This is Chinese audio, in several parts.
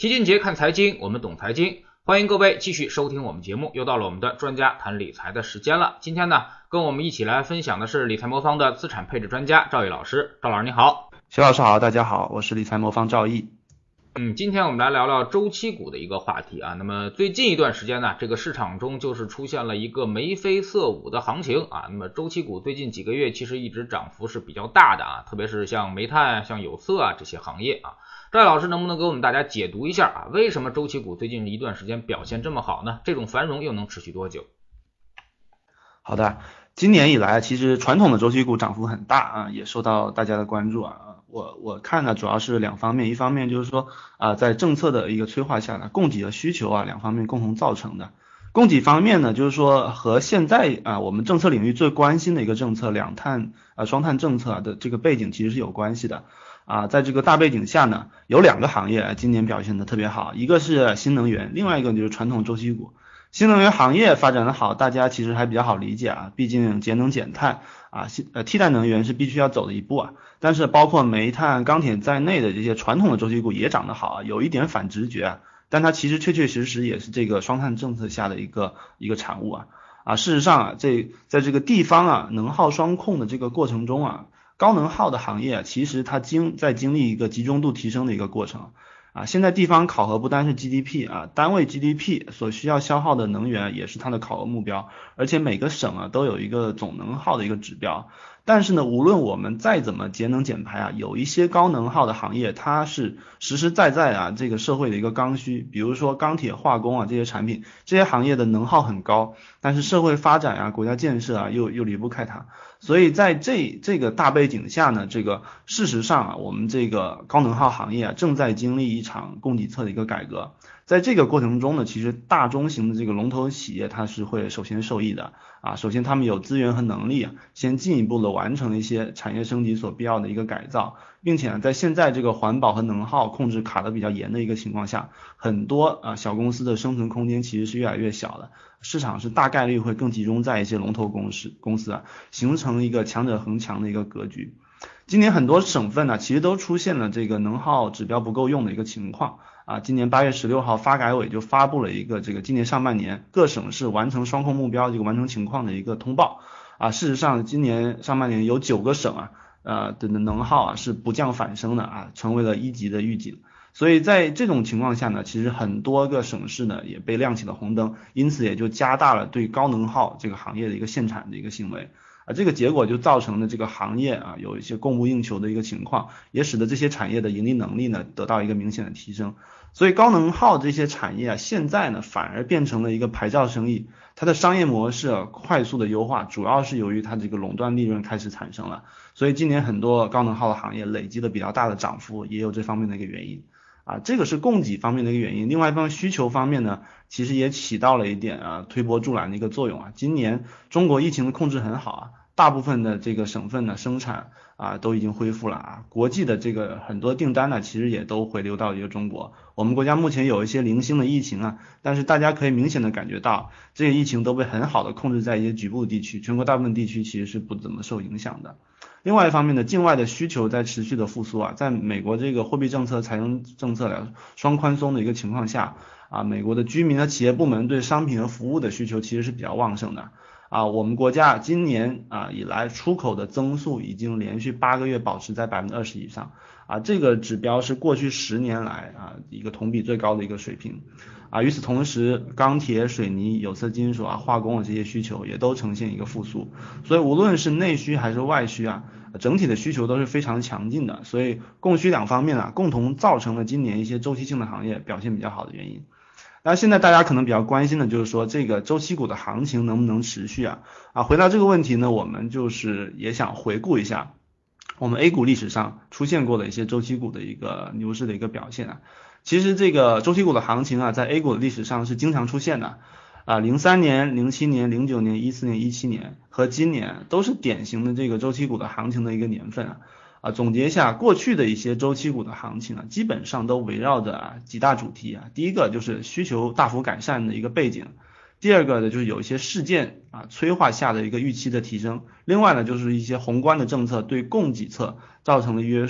齐俊杰看财经，我们懂财经，欢迎各位继续收听我们节目，又到了我们的专家谈理财的时间了。今天呢，跟我们一起来分享的是理财魔方的资产配置专家赵毅老师。赵老师你好。 徐老师好，大家好，我是理财魔方赵毅。 今天我们来聊聊周期股的一个话题啊。那么最近一段时间呢，这个市场中就是出现了一个眉飞色舞的行情啊。那么周期股最近几个月其实一直涨幅是比较大的啊，特别是像煤炭、像有色啊这些行业啊。赵老师能不能给我们大家解读一下啊？为什么周期股最近一段时间表现这么好呢？这种繁荣又能持续多久？ 好的，今年以来其实传统的周期股涨幅很大啊，也受到大家的关注啊。我看呢主要是两方面，一方面就是说在政策的一个催化下呢，供给和需求两方面共同造成的。供给方面呢，就是说和现在我们政策领域最关心的一个政策两碳双碳政策的这个背景其实是有关系的。在这个大背景下呢，有两个行业今年表现的特别好，一个是新能源，另外一个就是传统周期股。新能源行业发展的好，大家其实还比较好理解啊，毕竟节能减碳替代能源是必须要走的一步啊。但是包括煤炭、钢铁在内的这些传统的周期股也涨得好啊，有一点反直觉但它其实确确实实也是这个双碳政策下的一个产物事实上在这个地方能耗双控的这个过程中高能耗的行业其实它在经历一个集中度提升的一个过程现在地方考核不单是 GDP 单位 GDP 所需要消耗的能源也是它的考核目标，而且每个省都有一个总能耗的一个指标。但是呢，无论我们再怎么节能减排有一些高能耗的行业，它是实实在在这个社会的一个刚需，比如说钢铁、化工这些产品，这些行业的能耗很高，但是社会发展国家建设又离不开它。所以在这个大背景下呢，这个事实上我们这个高能耗行业正在经历一场供给侧的一个改革。在这个过程中呢，其实大中型的这个龙头企业它是会首先受益的首先他们有资源和能力先进一步的完成一些产业升级所必要的一个改造，并且在现在这个环保和能耗控制卡得比较严的一个情况下，很多小公司的生存空间其实是越来越小的，市场是大概率会更集中在一些龙头公司形成一个强者恒强的一个格局。今年很多省份其实都出现了这个能耗指标不够用的一个情况今年8月16号发改委就发布了一个这个今年上半年各省市完成双控目标这个完成情况的一个通报事实上今年上半年有9个省的能耗是不降反升的成为了1级的预警。所以在这种情况下呢，其实很多个省市呢也被亮起了红灯，因此也就加大了对高能耗这个行业的一个限产的一个行为这个结果就造成了这个行业有一些供不应求的一个情况，也使得这些产业的盈利能力呢得到一个明显的提升。所以高能耗这些产业现在呢反而变成了一个牌照生意，它的商业模式快速的优化，主要是由于它这个垄断利润开始产生了。所以今年很多高能耗的行业累积了比较大的涨幅，也有这方面的一个原因这个是供给方面的一个原因。另外一方面需求方面呢，其实也起到了一点推波助澜的一个作用今年中国疫情的控制很好大部分的这个省份的生产都已经恢复了国际的这个很多订单呢其实也都回流到一个中国。我们国家目前有一些零星的疫情但是大家可以明显的感觉到这些疫情都被很好的控制在一些局部地区，全国大部分地区其实是不怎么受影响的。另外一方面呢，境外的需求在持续的复苏在美国这个货币政策、财政政策双宽松的一个情况下美国的居民和企业部门对商品和服务的需求其实是比较旺盛的我们国家今年以来出口的增速已经连续8个月保持在 20% 以上这个指标是过去10年来一个同比最高的一个水平与此同时，钢铁、水泥、有色金属化工这些需求也都呈现一个复苏。所以无论是内需还是外需整体的需求都是非常强劲的，所以供需两方面共同造成了今年一些周期性的行业表现比较好的原因。那现在大家可能比较关心的就是说这个周期股的行情能不能持续回答这个问题呢，我们就是也想回顾一下我们 A 股历史上出现过的一些周期股的一个牛市的一个表现其实这个周期股的行情在 A 股的历史上是经常出现的03年、07年、09年、14年、17年和今年都是典型的这个周期股的行情的一个年份总结一下过去的一些周期股的行情基本上都围绕着几大主题第一个就是需求大幅改善的一个背景，第二个呢就是有一些事件催化下的一个预期的提升，另外呢就是一些宏观的政策对供给侧造成了约束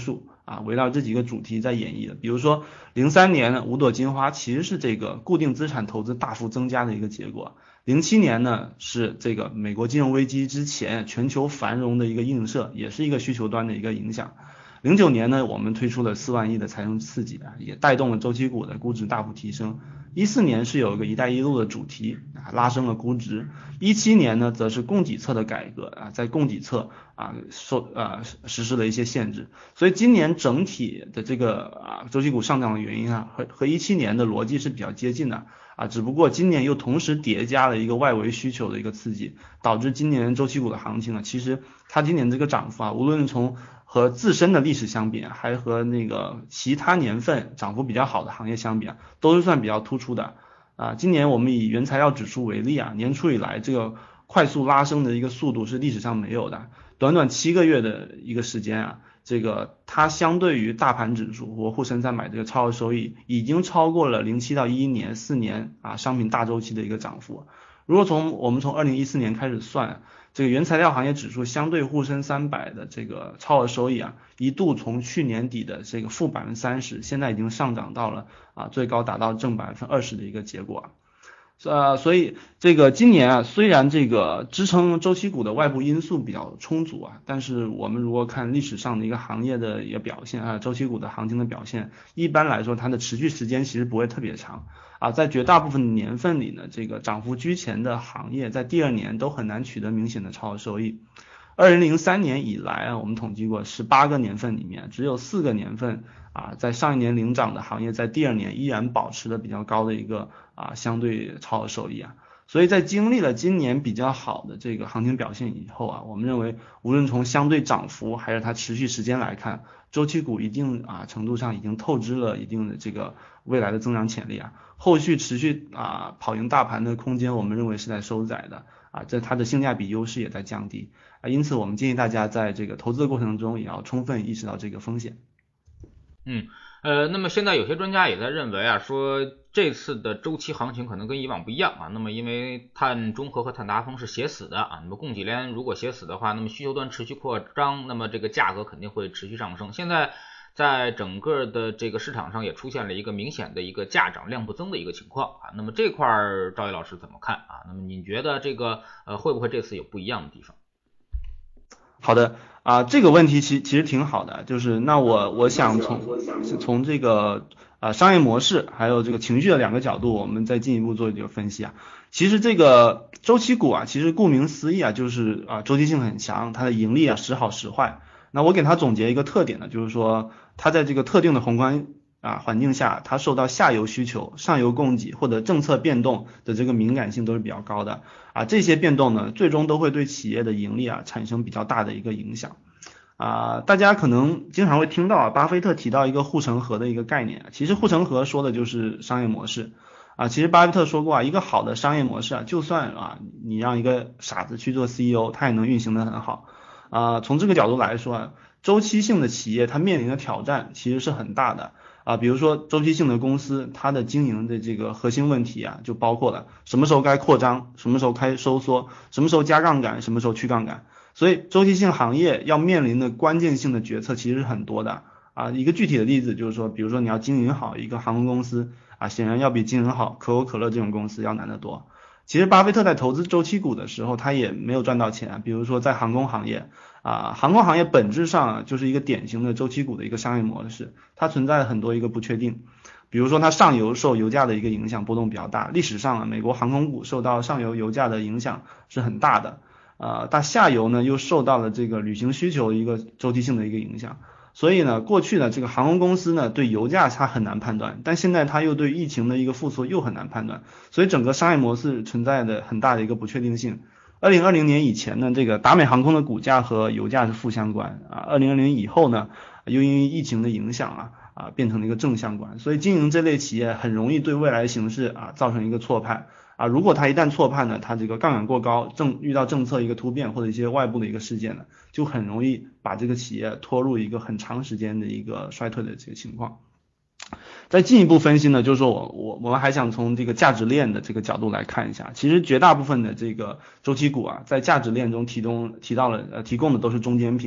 围绕这几个主题在演绎的。比如说03年呢，五朵金花其实是这个固定资产投资大幅增加的一个结果。07年呢是这个美国金融危机之前全球繁荣的一个映射，也是一个需求端的一个影响。09年呢，我们推出了4万亿的财政刺激也带动了周期股的估值大幅提升。14年是有一个一带一路的主题拉升了估值。17年呢，则是供给侧的改革在供给侧实施了一些限制。所以今年整体的这个周期股上涨的原因和17年的逻辑是比较接近的只不过今年又同时叠加了一个外围需求的一个刺激，导致今年周期股的行情其实它今年这个涨幅无论从和自身的历史相比还和那个其他年份涨幅比较好的行业相比都是算比较突出的今年我们以原材料指数为例年初以来这个快速拉升的一个速度是历史上没有的，短短7个月的一个时间这个它相对于大盘指数或沪深300这个超额收益已经超过了07到11年4年商品大周期的一个涨幅。如果我们从2014年开始算，这个原材料行业指数相对沪深300的这个超额收益一度从去年底的这个负30%，现在已经上涨到了最高达到正20%的一个结果所以这个今年虽然这个支撑周期股的外部因素比较充足但是我们如果看历史上的一个行业的一个表现周期股的行情的表现，一般来说它的持续时间其实不会特别长在绝大部分的年份里呢，这个涨幅居前的行业在第2年都很难取得明显的超额收益。2003年以来我们统计过18个年份里面只有4个年份在上一年领涨的行业在第2年依然保持了比较高的一个相对超额收益所以在经历了今年比较好的这个行情表现以后我们认为无论从相对涨幅还是它持续时间来看，周期股一定程度上已经透支了一定的这个未来的增长潜力后续持续跑赢大盘的空间我们认为是在收窄的这它的性价比优势也在降低因此我们建议大家在这个投资的过程中也要充分意识到这个风险。 那么现在有些专家也在认为说这次的周期行情可能跟以往不一样那么因为碳中和和碳达峰是写死的那么供给链如果写死的话，那么需求端持续扩张，那么这个价格肯定会持续上升。现在在整个的这个市场上也出现了一个明显的一个价涨量不增的一个情况那么这块赵毅老师怎么看那么你觉得这个会不会这次有不一样的地方？ 好的这个问题其实挺好的，就是那我想从这个商业模式还有这个情绪的2个角度，我们再进一步做一个分析其实这个周期股其实顾名思义就是周期性很强，它的盈利时好时坏。那我给它总结一个特点呢，就是说它在这个特定的宏观环境下，它受到下游需求、上游供给或者政策变动的这个敏感性都是比较高的这些变动呢，最终都会对企业的盈利产生比较大的一个影响大家可能经常会听到巴菲特提到一个护城河的一个概念其实护城河说的就是商业模式其实巴菲特说过一个好的商业模式就算你让一个傻子去做 CEO， 他也能运行得很好从这个角度来说周期性的企业它面临的挑战其实是很大的比如说周期性的公司，它的经营的这个核心问题就包括了什么时候该扩张，什么时候该收缩，什么时候加杠杆，什么时候去杠杆。所以周期性行业要面临的关键性的决策其实是很多的一个具体的例子就是说，比如说你要经营好一个航空公司显然要比经营好可口可乐这种公司要难得多。其实巴菲特在投资周期股的时候，他也没有赚到钱比如说在航空行业航空行业本质上就是一个典型的周期股的一个商业模式，它存在很多一个不确定。比如说它上游受油价的一个影响波动比较大，历史上美国航空股受到上游油价的影响是很大的但下游呢又受到了这个旅行需求一个周期性的一个影响。所以呢过去呢这个航空公司呢对油价它很难判断，但现在它又对疫情的一个复苏又很难判断，所以整个商业模式存在的很大的一个不确定性。2020年以前呢，这个达美航空的股价和油价是负相关2020以后呢，又因为疫情的影响变成了一个正相关，所以经营这类企业很容易对未来形势造成一个错判如果它一旦错判呢，它这个杠杆过高，遇到政策一个突变或者一些外部的一个事件呢，就很容易把这个企业拖入一个很长时间的一个衰退的这个情况。再进一步分析呢，就是说我们还想从这个价值链的这个角度来看一下，其实绝大部分的这个周期股在价值链中提供的都是中间品，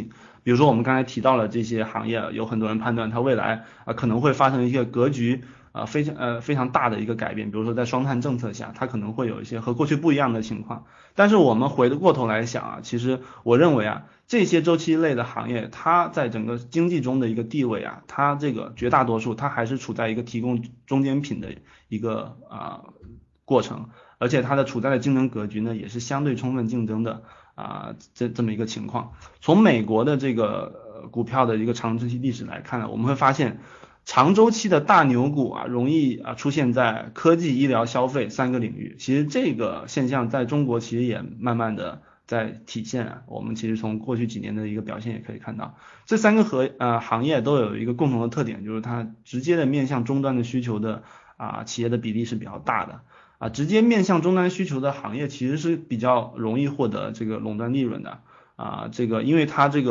比如说我们刚才提到了这些行业，有很多人判断它未来可能会发生一些格局非常大的一个改变，比如说在双碳政策下，它可能会有一些和过去不一样的情况。但是我们回过头来想其实我认为这些周期类的行业，它在整个经济中的一个地位它这个绝大多数它还是处在一个提供中间品的一个过程，而且它的处在的竞争格局呢也是相对充分竞争的这么一个情况。从美国的这个股票的一个长周期历史来看我们会发现长周期的大牛股容易出现在科技、医疗、消费3个领域。其实这个现象在中国其实也慢慢的在体现我们其实从过去几年的一个表现也可以看到，这3个行业都有一个共同的特点，就是它直接的面向终端的需求的企业的比例是比较大的直接面向终端需求的行业其实是比较容易获得这个垄断利润的这个因为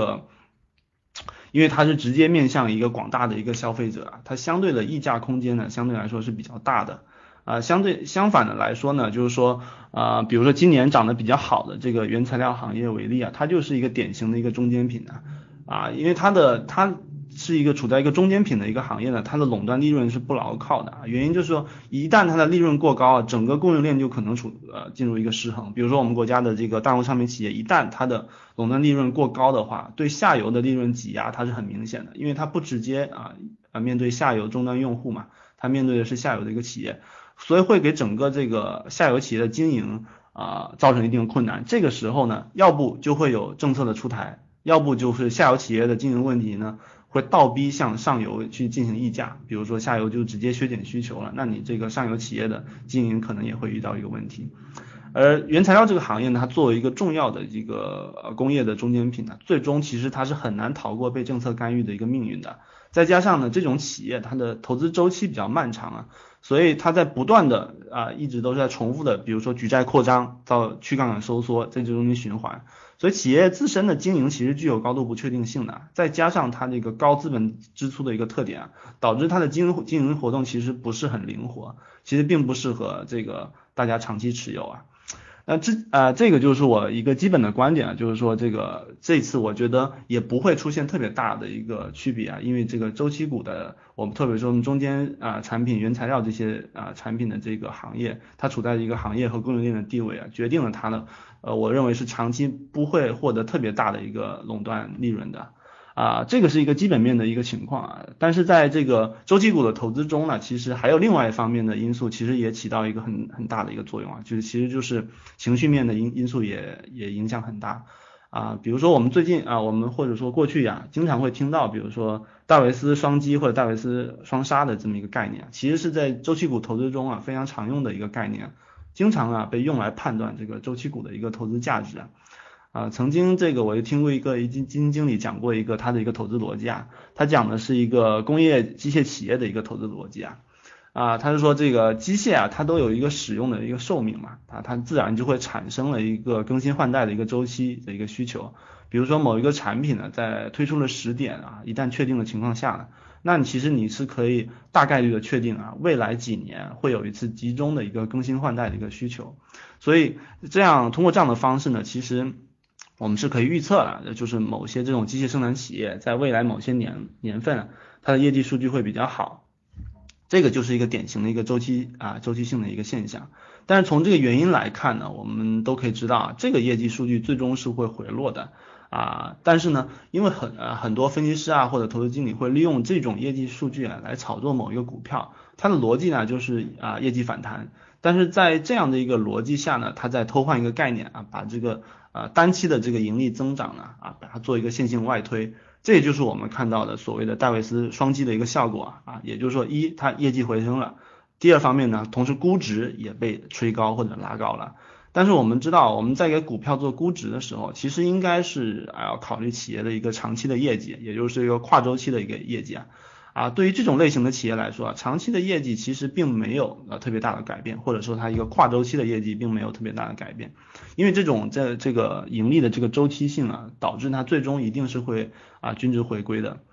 它是直接面向一个广大的一个消费者它相对的溢价空间呢相对来说是比较大的相反的来说呢，就是说比如说今年涨得比较好的这个原材料行业为例它就是一个典型的一个中间品因为它是一个处在一个中间品的一个行业呢，它的垄断利润是不牢靠的原因就是说一旦它的利润过高整个供应链就可能进入一个失衡。比如说我们国家的这个大宗商品企业，一旦它的垄断利润过高的话，对下游的利润挤压它是很明显的，因为它不直接面对下游终端用户嘛，它面对的是下游的一个企业，所以会给整个这个下游企业的经营造成一定的困难。这个时候呢，要不就会有政策的出台，要不就是下游企业的经营问题呢会倒逼向上游去进行溢价，比如说下游就直接削减需求了，那你这个上游企业的经营可能也会遇到一个问题。而原材料这个行业呢，它作为一个重要的一个工业的中间品最终其实它是很难逃过被政策干预的一个命运的。再加上呢，这种企业它的投资周期比较漫长所以它在不断的一直都是在重复的，比如说举债扩张到去杠杆收缩在这中间循环。所以企业自身的经营其实具有高度不确定性的，再加上它这个高资本支出的一个特点导致它的经营活动其实不是很灵活，其实并不适合这个大家长期持有这个就是我一个基本的观点就是说这次我觉得也不会出现特别大的一个区别因为这个周期股的我们特别说我们中间产品原材料这些产品的这个行业，它处在一个行业和供应链的地位决定了它的我认为是长期不会获得特别大的一个垄断利润的这个是一个基本面的一个情况但是在这个周期股的投资中呢，其实还有另外一方面的因素，其实也起到一个很大的一个作用就是情绪面的因素也影响很大比如说我们最近我们或者说过去经常会听到，比如说戴维斯双击或者戴维斯双杀的这么一个概念，其实是在周期股投资中非常常用的一个概念，经常被用来判断这个周期股的一个投资价值曾经我也听过一个基金经理讲过一个他的一个投资逻辑他讲的是一个工业机械企业的一个投资逻辑他是说这个机械它都有一个使用的一个寿命嘛它自然就会产生了一个更新换代的一个周期的一个需求。比如说某一个产品呢，在推出了时点一旦确定的情况下呢，那其实你是可以大概率的确定未来几年会有一次集中的一个更新换代的一个需求。所以通过这样的方式呢，其实我们是可以预测就是某些这种机械生产企业在未来某些年份它的业绩数据会比较好，这个就是一个典型的一个周期性的一个现象。但是从这个原因来看呢，我们都可以知道这个业绩数据最终是会回落的但是呢，因为很多分析师或者投资经理会利用这种业绩数据来炒作某一个股票，它的逻辑呢就是业绩反弹。但是在这样的一个逻辑下呢，它在偷换一个概念把这个单期的这个盈利增长呢把它做一个线性外推，这也就是我们看到的所谓的戴维斯双击的一个效果也就是说它业绩回升了，第二方面呢，同时估值也被吹高或者拉高了。但是我们知道我们在给股票做估值的时候，其实应该是要考虑企业的一个长期的业绩，也就是一个跨周期的一个业绩对于这种类型的企业来说长期的业绩其实并没有特别大的改变，或者说它一个跨周期的业绩并没有特别大的改变，因为这个盈利的这个周期性导致它最终一定是会均值回归的。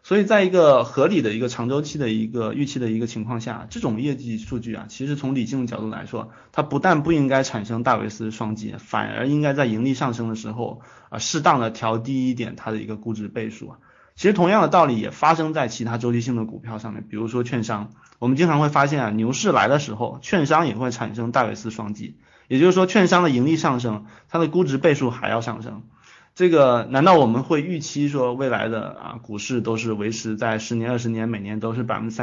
所以在一个合理的一个长周期的一个预期的一个情况下，这种业绩数据啊，其实从理性的角度来说，它不但不应该产生戴维斯双击，反而应该在盈利上升的时候适当的调低一点它的一个估值倍数啊。其实同样的道理也发生在其他周期性的股票上面，比如说券商，我们经常会发现啊，牛市来的时候，券商也会产生戴维斯双击，也就是说券商的盈利上升，它的估值倍数还要上升。这个难道我们会预期说未来的股市都是维持在10年、20年每年都是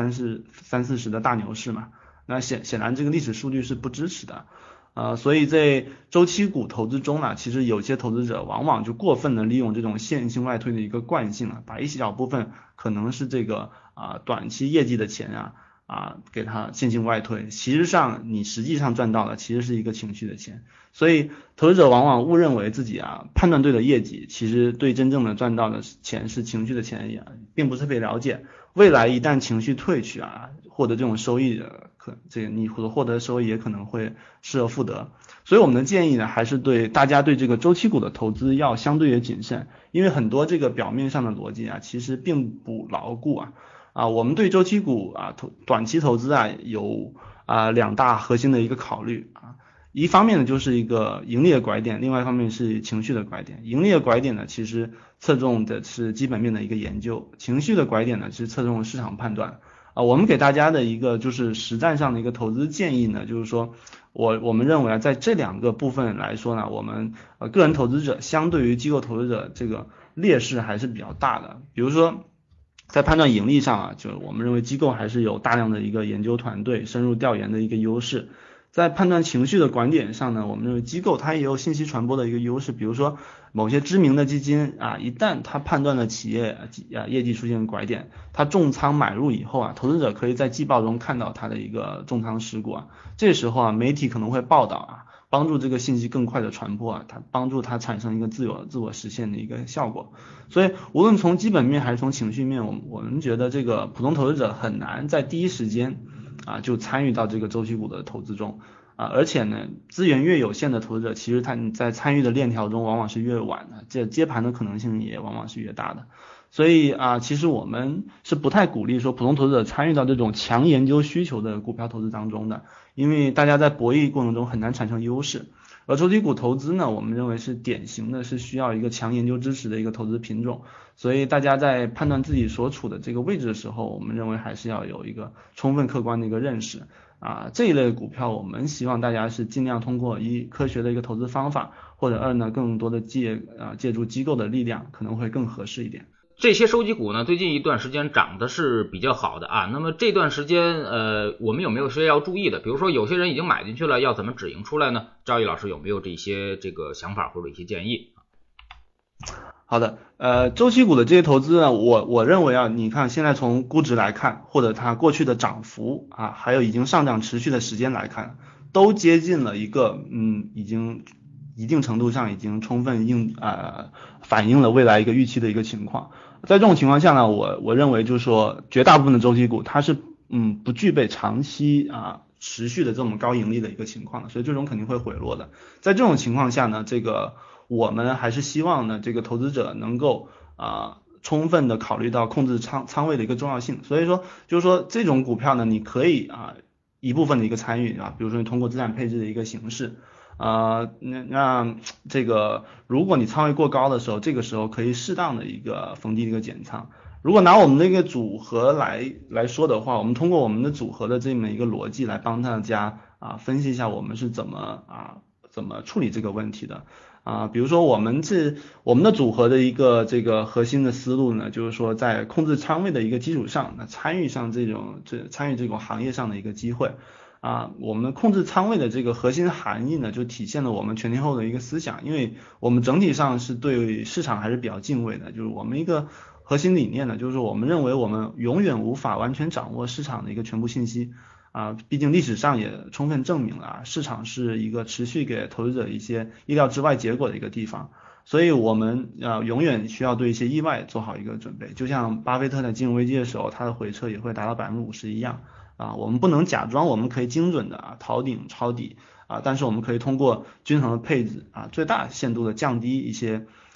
30%-40%的大牛市嘛？那显然这个历史数据是不支持的。所以在周期股投资中呢，其实有些投资者往往就过分的利用这种线性外推的一个惯性把一小部分可能是这个短期业绩的钱给它线性外推，其实上你实际上赚到的其实是一个情绪的钱，所以投资者往往误认为自己判断对了业绩，其实对真正的赚到的钱是情绪的钱并不是特别了解，未来一旦情绪退去获得这种收益你所获得的收益也可能会失而复得。所以我们的建议呢，还是对大家对这个周期股的投资要相对的谨慎，因为很多这个表面上的逻辑其实并不牢固我们对周期股短期投资有两大核心的一个考虑一方面呢就是一个盈利的拐点，另外一方面是情绪的拐点。盈利的拐点呢其实侧重的是基本面的一个研究，情绪的拐点呢是侧重市场判断我们给大家的一个就是实战上的一个投资建议呢，就是说我们认为在这两个部分来说呢，我们个人投资者相对于机构投资者这个劣势还是比较大的。比如说在判断盈利上就是我们认为机构还是有大量的一个研究团队深入调研的一个优势。在判断情绪的观点上呢，我们认为机构它也有信息传播的一个优势，比如说某些知名的基金一旦它判断了企业业绩出现拐点，它重仓买入以后投资者可以在季报中看到它的一个重仓持股这时候媒体可能会报道帮助这个信息更快的传播它帮助它产生一个自我实现的一个效果。所以无论从基本面还是从情绪面，我们觉得这个普通投资者很难在第一时间就参与到这个周期股的投资中而且呢资源越有限的投资者，其实他在参与的链条中往往是越晚的，这接盘的可能性也往往是越大的。所以其实我们是不太鼓励说普通投资者参与到这种强研究需求的股票投资当中的，因为大家在博弈过程中很难产生优势。而周期股投资呢，我们认为是典型的是需要一个强研究支持的一个投资品种，所以大家在判断自己所处的这个位置的时候，我们认为还是要有一个充分客观的一个认识这一类股票我们希望大家是尽量通过一科学的一个投资方法，或者二呢更多的借助机构的力量可能会更合适一点。 这些收集股呢，最近一段时间涨的是比较好的那么这段时间我们有没有些要注意的？比如说有些人已经买进去了，要怎么止盈出来呢？赵毅老师有没有这个想法或者一些建议？ 好的，周期股的这些投资呢，我认为你看现在从估值来看，或者它过去的涨幅还有已经上涨持续的时间来看，都接近了一个已经一定程度上已经充分反映了未来一个预期的一个情况。在这种情况下呢，我认为就是说绝大部分的周期股它是不具备长期持续的这种高盈利的一个情况的，所以最终肯定会回落的。在这种情况下呢，这个我们还是希望呢这个投资者能够充分的考虑到控制仓位的一个重要性。所以说就是说这种股票呢，你可以一部分的一个参与比如说你通过资产配置的一个形式那这个如果你仓位过高的时候，这个时候可以适当的一个逢低的一个减仓。如果拿我们这个组合来说的话，我们通过我们的组合的这么一个逻辑来帮大家分析一下我们是怎么处理这个问题的比如说我们的组合的一个这个核心的思路呢，就是说在控制仓位的一个基础上，参与这种行业上的一个机会我们控制仓位的这个核心含义呢，就体现了我们全天候的一个思想，因为我们整体上是对市场还是比较敬畏的，就是我们一个核心理念呢，就是我们认为我们永远无法完全掌握市场的一个全部信息毕竟历史上也充分证明了市场是一个持续给投资者一些意料之外结果的一个地方，所以我们永远需要对一些意外做好一个准备，就像巴菲特在金融危机的时候，他的回撤也会达到50%一样我们不能假装我们可以精准的逃顶抄底但是我们可以通过均衡的配置最大限度的降低一些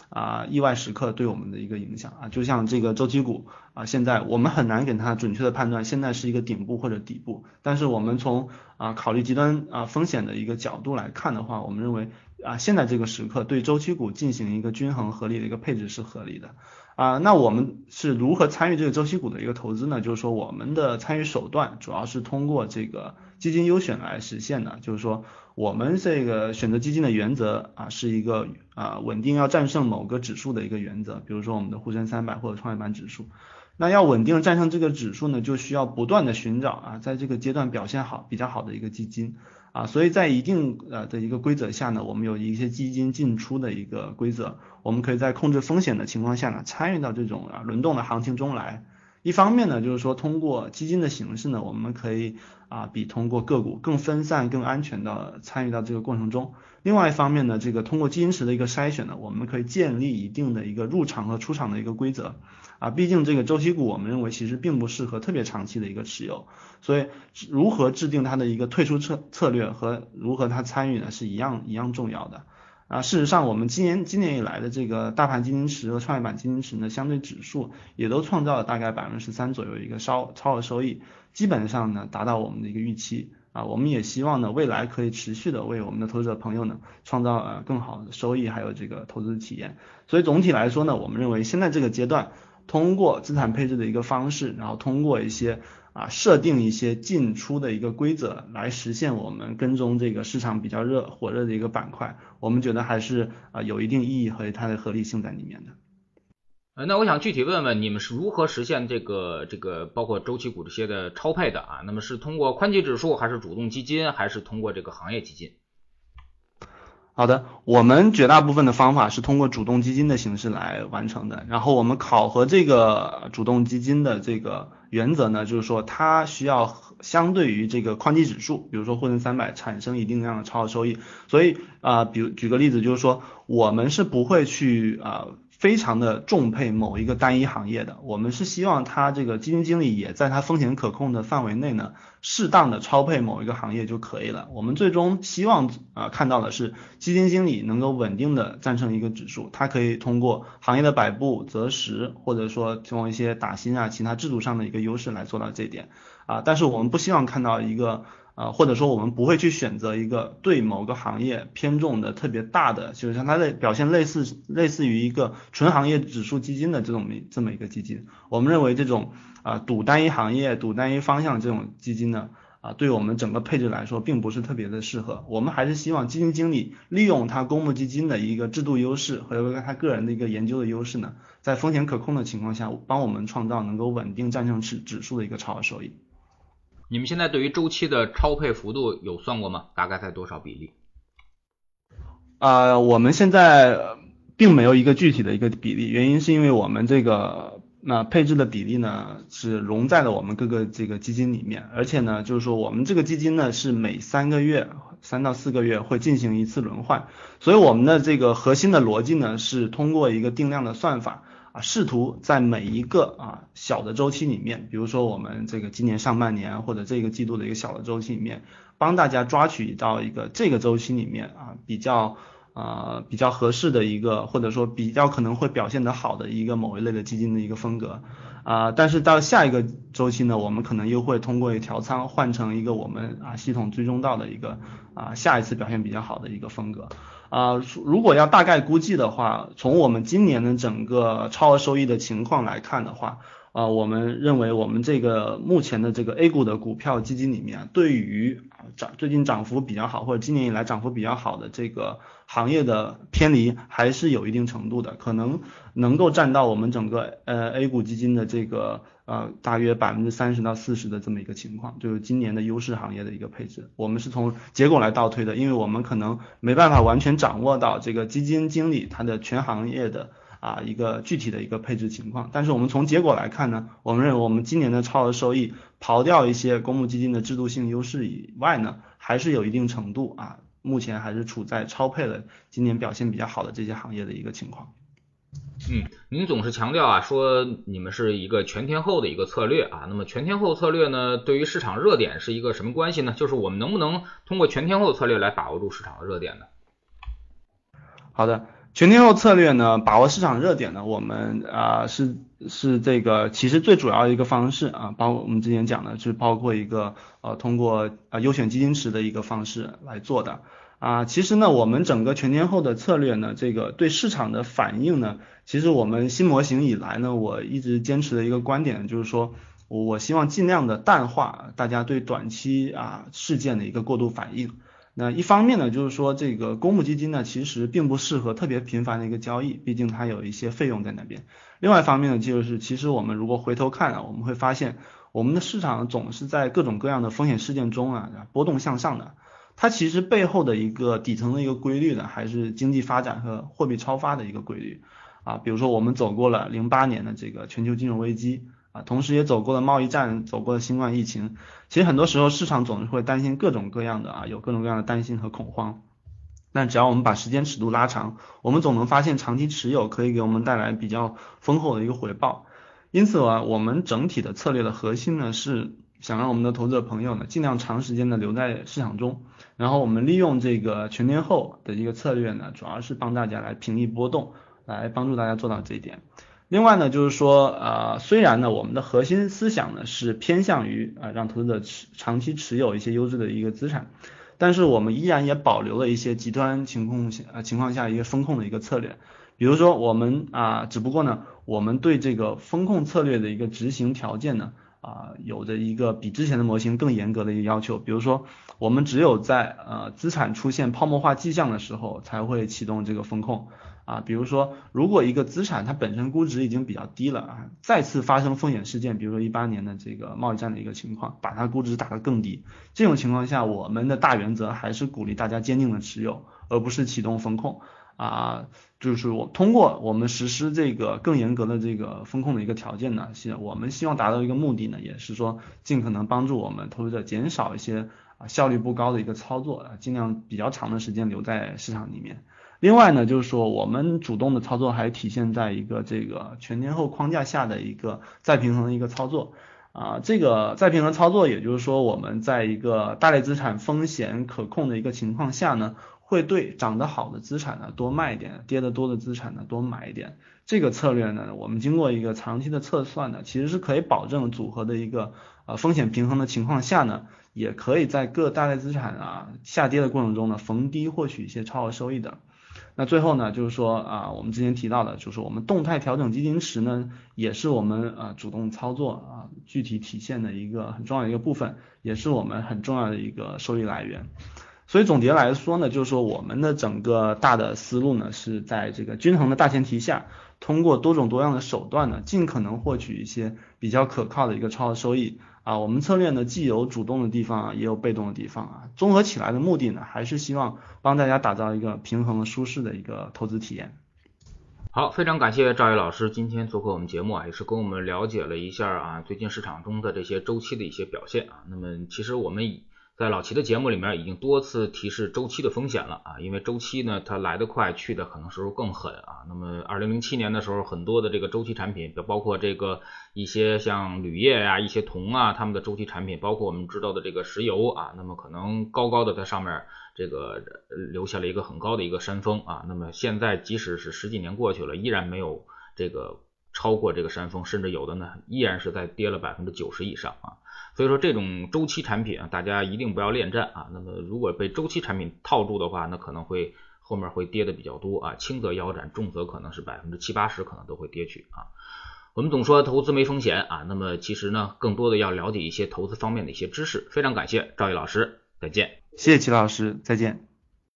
意外时刻对我们的一个影响啊，就像这个周期股啊，现在我们很难给它准确的判断现在是一个顶部或者底部，但是我们从考虑极端风险的一个角度来看的话，我们认为现在这个时刻对周期股进行一个均衡合理的一个配置是合理的。那我们是如何参与这个周期股的一个投资呢？就是说我们的参与手段主要是通过这个基金优选来实现的，就是说我们这个选择基金的原则是一个稳定要战胜某个指数的一个原则，比如说我们的沪深300或者创业板指数。那要稳定战胜这个指数呢，就需要不断的寻找在这个阶段表现比较好的一个基金。所以在一定的一个规则下呢，我们有一些基金进出的一个规则，我们可以在控制风险的情况下呢，参与到这种轮动的行情中来。一方面呢，就是说通过基金的形式呢，我们可以比通过个股更分散、更安全的参与到这个过程中。另外一方面呢，这个通过基金池的一个筛选呢，我们可以建立一定的一个入场和出场的一个规则。毕竟这个周期股我们认为其实并不适合特别长期的一个持有，所以如何制定它的一个退出策略和如何它参与呢是一样重要的。事实上我们今年以来的这个大盘基金池和创业板基金池呢，相对指数也都创造了大概 13% 左右一个超额收益，基本上呢达到我们的一个预期。我们也希望呢未来可以持续的为我们的投资者朋友呢创造更好的收益，还有这个投资体验。所以总体来说呢，我们认为现在这个阶段通过资产配置的一个方式，然后通过一些设定一些进出的一个规则来实现我们跟踪这个市场比较火热的一个板块，我们觉得还是有一定意义和它的合理性在里面的。 那我想具体问问你们是如何实现这个包括周期股这些的超配的那么是通过宽基指数，还是主动基金，还是通过这个行业基金？ 好的，我们绝大部分的方法是通过主动基金的形式来完成的。然后我们考核这个主动基金的这个原则呢，就是说它需要相对于这个宽基指数，比如说沪深300产生一定量的超额收益。所以比如举个例子，就是说我们是不会去非常的重配某一个单一行业的，我们是希望它这个基金经理也在它风险可控的范围内呢，适当的超配某一个行业就可以了。我们最终希望看到的是基金经理能够稳定的战胜一个指数，它可以通过行业的摆布、择时，或者说通过一些打新其他制度上的一个优势来做到这一点但是我们不希望看到一个或者说我们不会去选择一个对某个行业偏重的特别大的，就是像它的表现类似于一个纯行业指数基金的这么一个基金。我们认为这种赌单一行业、赌单一方向这种基金呢对我们整个配置来说并不是特别的适合。我们还是希望基金经理利用他公募基金的一个制度优势和他个人的一个研究的优势呢，在风险可控的情况下，帮我们创造能够稳定战胜指数的一个超额收益。 你们现在对于周期的超配幅度有算过吗？大概在多少比例？ 我们现在并没有一个具体的一个比例，原因是因为我们这个配置的比例呢是融在了我们各个这个基金里面，而且呢就是说我们这个基金呢是每3到4个月会进行一次轮换，所以我们的这个核心的逻辑呢是通过一个定量的算法试图在每一个小的周期里面，比如说我们这个今年上半年或者这个季度的一个小的周期里面，帮大家抓取到一个这个周期里面比较合适的一个，或者说比较可能会表现得好的一个某一类的基金的一个风格但是到下一个周期呢，我们可能又会通过一调仓换成一个我们系统追踪到的一个下一次表现比较好的一个风格如果要大概估计的话，从我们今年的整个超额收益的情况来看的话我们认为我们这个目前的这个 A 股的股票基金里面，对于最近涨幅比较好或者今年以来涨幅比较好的这个行业的偏离还是有一定程度的，可能能够占到我们整个A 股基金的这个大约 30%到40%的这么一个情况，就是今年的优势行业的一个配置。我们是从结果来倒推的，因为我们可能没办法完全掌握到这个基金经理他的全行业的一个具体的一个配置情况，但是我们从结果来看呢，我们认为我们今年的超额收益刨掉一些公募基金的制度性优势以外呢，还是有一定程度目前还是处在超配了今年表现比较好的这些行业的一个情况。 您总是强调说你们是一个全天候的一个策略那么全天候策略呢，对于市场热点是一个什么关系呢？就是我们能不能通过全天候策略来把握住市场的热点呢？ 好的。 全天候策略呢，把握市场热点呢，我们是这个其实最主要的一个方式啊，包括我们之前讲的，是包括一个通过优选基金池的一个方式来做的啊。其实呢，我们整个全天候的策略呢，这个对市场的反应呢，其实我们新模型以来呢，我一直坚持的一个观点就是说，我希望尽量的淡化大家对短期事件的一个过度反应。那一方面呢，就是说这个公募基金呢，其实并不适合特别频繁的一个交易，毕竟它有一些费用在那边。另外一方面呢，就是其实我们如果回头看我们会发现我们的市场总是在各种各样的风险事件中波动向上的。它其实背后的一个底层的一个规律呢，还是经济发展和货币超发的一个规律比如说我们走过了08年的这个全球金融危机同时也走过了贸易战，走过了新冠疫情。其实很多时候市场总是会担心各种各样的有各种各样的担心和恐慌。但只要我们把时间尺度拉长，我们总能发现长期持有可以给我们带来比较丰厚的一个回报。因此我们整体的策略的核心呢，是想让我们的投资者朋友呢尽量长时间的留在市场中，然后我们利用这个全天候的一个策略呢，主要是帮大家来平抑波动，来帮助大家做到这一点。另外呢，就是说虽然呢我们的核心思想呢是偏向于让投资者长期持有一些优质的一个资产，但是我们依然也保留了一些极端情况下一个风控的一个策略。比如说我们只不过呢我们对这个风控策略的一个执行条件呢有着一个比之前的模型更严格的一个要求。比如说我们只有在资产出现泡沫化迹象的时候才会启动这个风控比如说如果一个资产它本身估值已经比较低了再次发生风险事件，比如说18年的这个贸易战的一个情况，把它估值打得更低，这种情况下我们的大原则还是鼓励大家坚定的持有，而不是启动风控就是通过我们实施这个更严格的这个风控的一个条件呢，我们希望达到一个目的呢，也是说尽可能帮助我们投资者减少一些效率不高的一个操作尽量比较长的时间留在市场里面。另外呢，就是说我们主动的操作还体现在一个这个全天候框架下的一个再平衡的一个操作这个再平衡操作，也就是说我们在一个大类资产风险可控的一个情况下呢，会对涨得好的资产呢多卖一点，跌得多的资产呢多买一点。这个策略呢，我们经过一个长期的测算呢，其实是可以保证组合的一个风险平衡的情况下呢，也可以在各大类资产下跌的过程中呢，逢低获取一些超额收益的。那最后呢，就是说我们之前提到的，就是我们动态调整基金池呢，也是我们主动操作具体体现的一个很重要的一个部分，也是我们很重要的一个收益来源。所以总结来说呢，就是说我们的整个大的思路呢，是在这个均衡的大前提下，通过多种多样的手段呢，尽可能获取一些比较可靠的一个超额收益我们策略呢既有主动的地方也有被动的地方综合起来的目的呢，还是希望帮大家打造一个平衡和舒适的一个投资体验。 好，非常感谢赵毅老师今天做客我们节目也是跟我们了解了一下最近市场中的这些周期的一些表现那么其实我们在老齐的节目里面已经多次提示周期的风险了因为周期呢它来得快去的可能时候更狠那么2007年的时候很多的这个周期产品包括这个一些像铝业一些铜他们的周期产品包括我们知道的这个石油那么可能高高的在上面这个留下了一个很高的一个山峰那么现在即使是10几年过去了依然没有这个超过这个山峰，甚至有的呢依然是在跌了90%以上所以说这种周期产品大家一定不要恋战那么如果被周期产品套住的话那可能会后面会跌的比较多轻则腰斩，重则可能是70-80%可能都会跌去我们总说投资没风险那么其实呢更多的要了解一些投资方面的一些知识。非常感谢赵毅老师，再见。 谢谢齐老师，再见。